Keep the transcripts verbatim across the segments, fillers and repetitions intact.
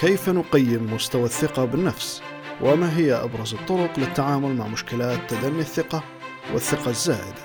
كيف نقيم مستوى الثقة بالنفس؟ وما هي أبرز الطرق للتعامل مع مشكلات تدني الثقة والثقة الزائدة؟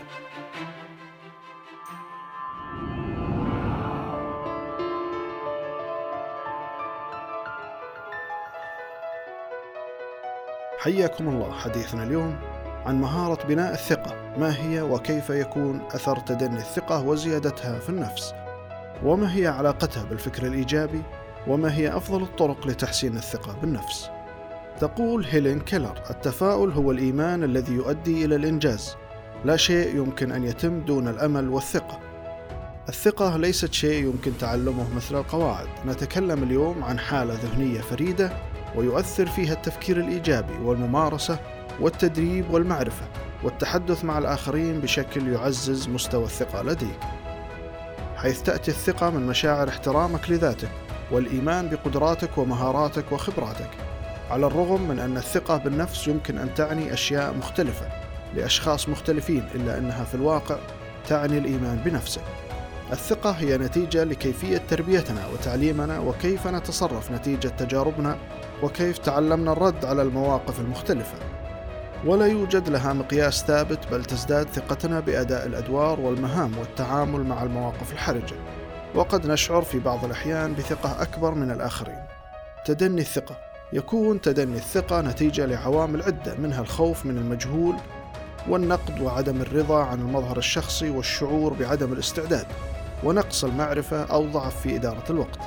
حياكم الله. حديثنا اليوم عن مهارة بناء الثقة، ما هي وكيف يكون أثر تدني الثقة وزيادتها في النفس، وما هي علاقتها بالفكر الإيجابي، وما هي أفضل الطرق لتحسين الثقة بالنفس. تقول هيلين كيلر: التفاؤل هو الإيمان الذي يؤدي إلى الإنجاز، لا شيء يمكن أن يتم دون الأمل والثقة. الثقة ليست شيء يمكن تعلمه مثل القواعد. نتكلم اليوم عن حالة ذهنية فريدة ويؤثر فيها التفكير الإيجابي والممارسة والتدريب والمعرفة والتحدث مع الآخرين بشكل يعزز مستوى الثقة لديك، حيث تأتي الثقة من مشاعر احترامك لذاتك والإيمان بقدراتك ومهاراتك وخبراتك، على الرغم من أن الثقة بالنفس يمكن أن تعني أشياء مختلفة لأشخاص مختلفين، إلا أنها في الواقع تعني الإيمان بنفسك. الثقة هي نتيجة لكيفية تربيتنا وتعليمنا وكيف نتصرف نتيجة تجاربنا وكيف تعلمنا الرد على المواقف المختلفة، ولا يوجد لها مقياس ثابت، بل تزداد ثقتنا بأداء الأدوار والمهام والتعامل مع المواقف الحرجة، وقد نشعر في بعض الأحيان بثقة أكبر من الآخرين. تدني الثقة: يكون تدني الثقة نتيجة لعوامل عدة، منها الخوف من المجهول والنقد وعدم الرضا عن المظهر الشخصي والشعور بعدم الاستعداد ونقص المعرفة أو ضعف في إدارة الوقت.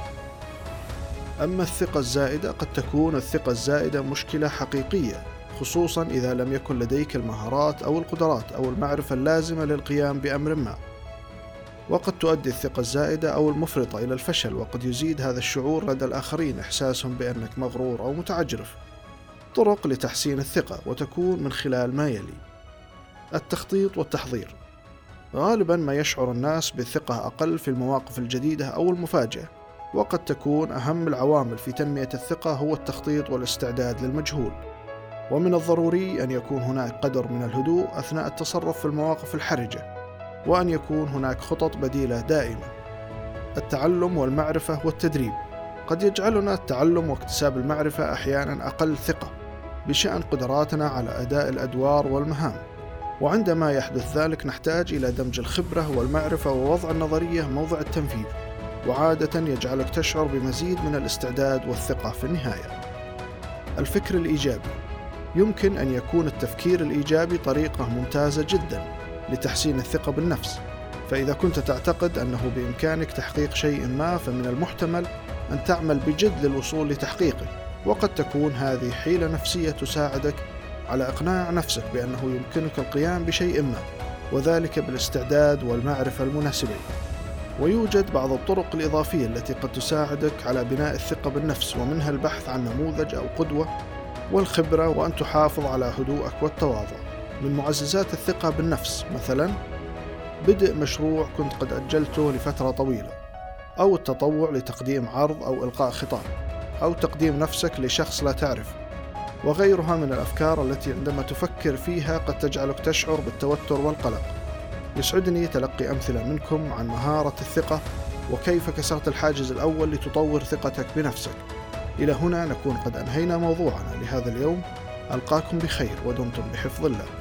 أما الثقة الزائدة، قد تكون الثقة الزائدة مشكلة حقيقية، خصوصاً إذا لم يكن لديك المهارات أو القدرات أو المعرفة اللازمة للقيام بأمر ما، وقد تؤدي الثقة الزائدة أو المفرطة إلى الفشل، وقد يزيد هذا الشعور لدى الآخرين إحساسهم بأنك مغرور أو متعجرف. طرق لتحسين الثقة، وتكون من خلال ما يلي: التخطيط والتحضير. غالباً ما يشعر الناس بالثقة أقل في المواقف الجديدة أو المفاجئة، وقد تكون أهم العوامل في تنمية الثقة هو التخطيط والاستعداد للمجهول. ومن الضروري أن يكون هناك قدر من الهدوء أثناء التصرف في المواقف الحرجة، وأن يكون هناك خطط بديلة دائما. التعلم والمعرفة والتدريب. قد يجعلنا التعلم واكتساب المعرفة أحيانا أقل ثقة بشأن قدراتنا على أداء الأدوار والمهام، وعندما يحدث ذلك نحتاج إلى دمج الخبرة والمعرفة ووضع النظرية موضع التنفيذ، وعادة يجعلك تشعر بمزيد من الاستعداد والثقة في النهاية. الفكر الإيجابي. يمكن أن يكون التفكير الإيجابي طريقة ممتازة جدا لتحسين الثقة بالنفس، فإذا كنت تعتقد أنه بإمكانك تحقيق شيء ما، فمن المحتمل أن تعمل بجد للوصول لتحقيقه، وقد تكون هذه حيلة نفسية تساعدك على إقناع نفسك بأنه يمكنك القيام بشيء ما، وذلك بالاستعداد والمعرفة المناسبين. ويوجد بعض الطرق الإضافية التي قد تساعدك على بناء الثقة بالنفس، ومنها البحث عن نموذج أو قدوة والخبرة، وأن تحافظ على هدوءك والتواضع. من معززات الثقة بالنفس مثلا بدء مشروع كنت قد أجلته لفترة طويلة، أو التطوع لتقديم عرض أو إلقاء خطاب، أو تقديم نفسك لشخص لا تعرف، وغيرها من الأفكار التي عندما تفكر فيها قد تجعلك تشعر بالتوتر والقلق. يسعدني تلقي أمثلة منكم عن مهارة الثقة وكيف كسرت الحاجز الأول لتطور ثقتك بنفسك. إلى هنا نكون قد أنهينا موضوعنا لهذا اليوم. ألقاكم بخير ودمتم بحفظ الله.